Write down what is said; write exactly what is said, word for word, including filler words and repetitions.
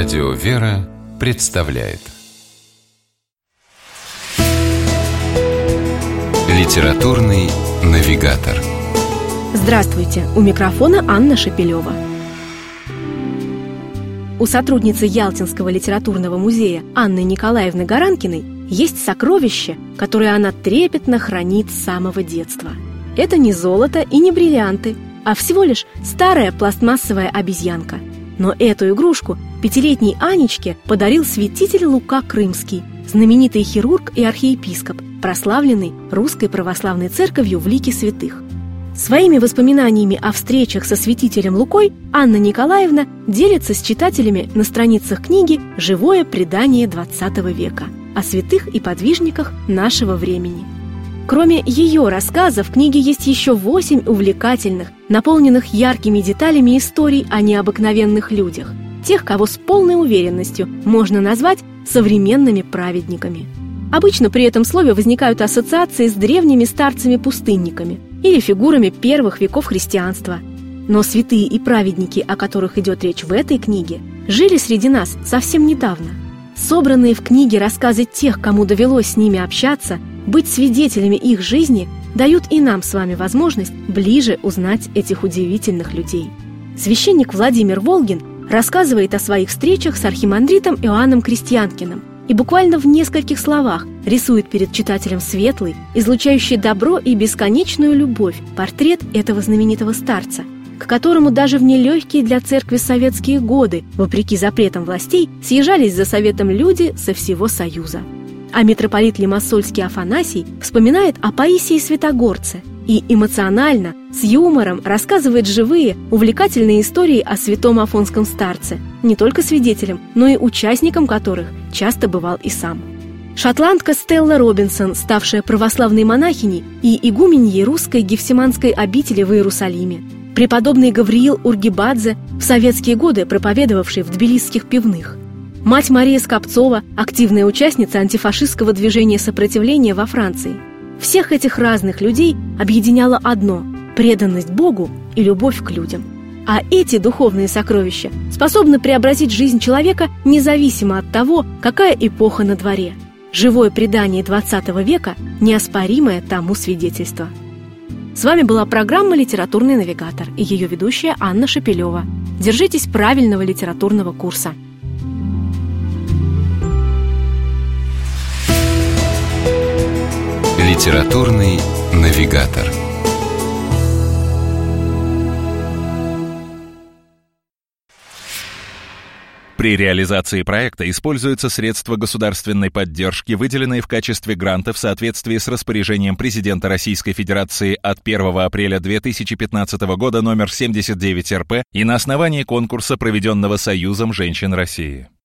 Радио «Вера» представляет Литературный навигатор. Здравствуйте! У микрофона Анна Шепелева. У сотрудницы Ялтинского литературного музея Анны Николаевны Гаранкиной есть сокровище, которое она трепетно хранит с самого детства. Это не золото и не бриллианты, а всего лишь старая пластмассовая обезьянка. Но эту игрушку пятилетней Анечке подарил святитель Лука Крымский, знаменитый хирург и архиепископ, прославленный Русской Православной Церковью в лике святых. Своими воспоминаниями о встречах со святителем Лукой Анна Николаевна делится с читателями на страницах книги «Живое предание двадцатого века» о святых и подвижниках нашего времени. Кроме ее рассказов, в книге есть еще восемь увлекательных, наполненных яркими деталями историй о необыкновенных людях, тех, кого с полной уверенностью можно назвать современными праведниками. Обычно при этом слове возникают ассоциации с древними старцами-пустынниками или фигурами первых веков христианства. Но святые и праведники, о которых идет речь в этой книге, жили среди нас совсем недавно. Собранные в книге рассказы тех, кому довелось с ними общаться, быть свидетелями их жизни, дают и нам с вами возможность ближе узнать этих удивительных людей. Священник Владимир Волгин рассказывает о своих встречах с архимандритом Иоанном Крестьянкиным и буквально в нескольких словах рисует перед читателем светлый, излучающий добро и бесконечную любовь портрет этого знаменитого старца, к которому даже в нелегкие для церкви советские годы, вопреки запретам властей, съезжались за советом люди со всего Союза. А митрополит Лимассольский Афанасий вспоминает о Паисии Святогорце и эмоционально, с юмором рассказывает живые, увлекательные истории о святом афонском старце, не только свидетелем, но и участником которых часто бывал и сам. Шотландка Стелла Робинсон, ставшая православной монахиней и игуменьей русской Гефсиманской обители в Иерусалиме. Преподобный Гавриил Ургибадзе, в советские годы проповедовавший в тбилисских пивных. Мать Мария Скопцова, активная участница антифашистского движения сопротивления во Франции. Всех этих разных людей объединяло одно – преданность Богу и любовь к людям. А эти духовные сокровища способны преобразить жизнь человека независимо от того, какая эпоха на дворе. Живое предание двадцатого века – неоспоримое тому свидетельство. С вами была программа «Литературный навигатор» и ее ведущая Анна Шепелева. Держитесь правильного литературного курса. Литературный навигатор. При реализации проекта используются средства государственной поддержки, выделенные в качестве гранта в соответствии с распоряжением президента Российской Федерации от первого апреля две тысячи пятнадцатого года номер семьдесят девять эр пэ и на основании конкурса, проведенного Союзом женщин России.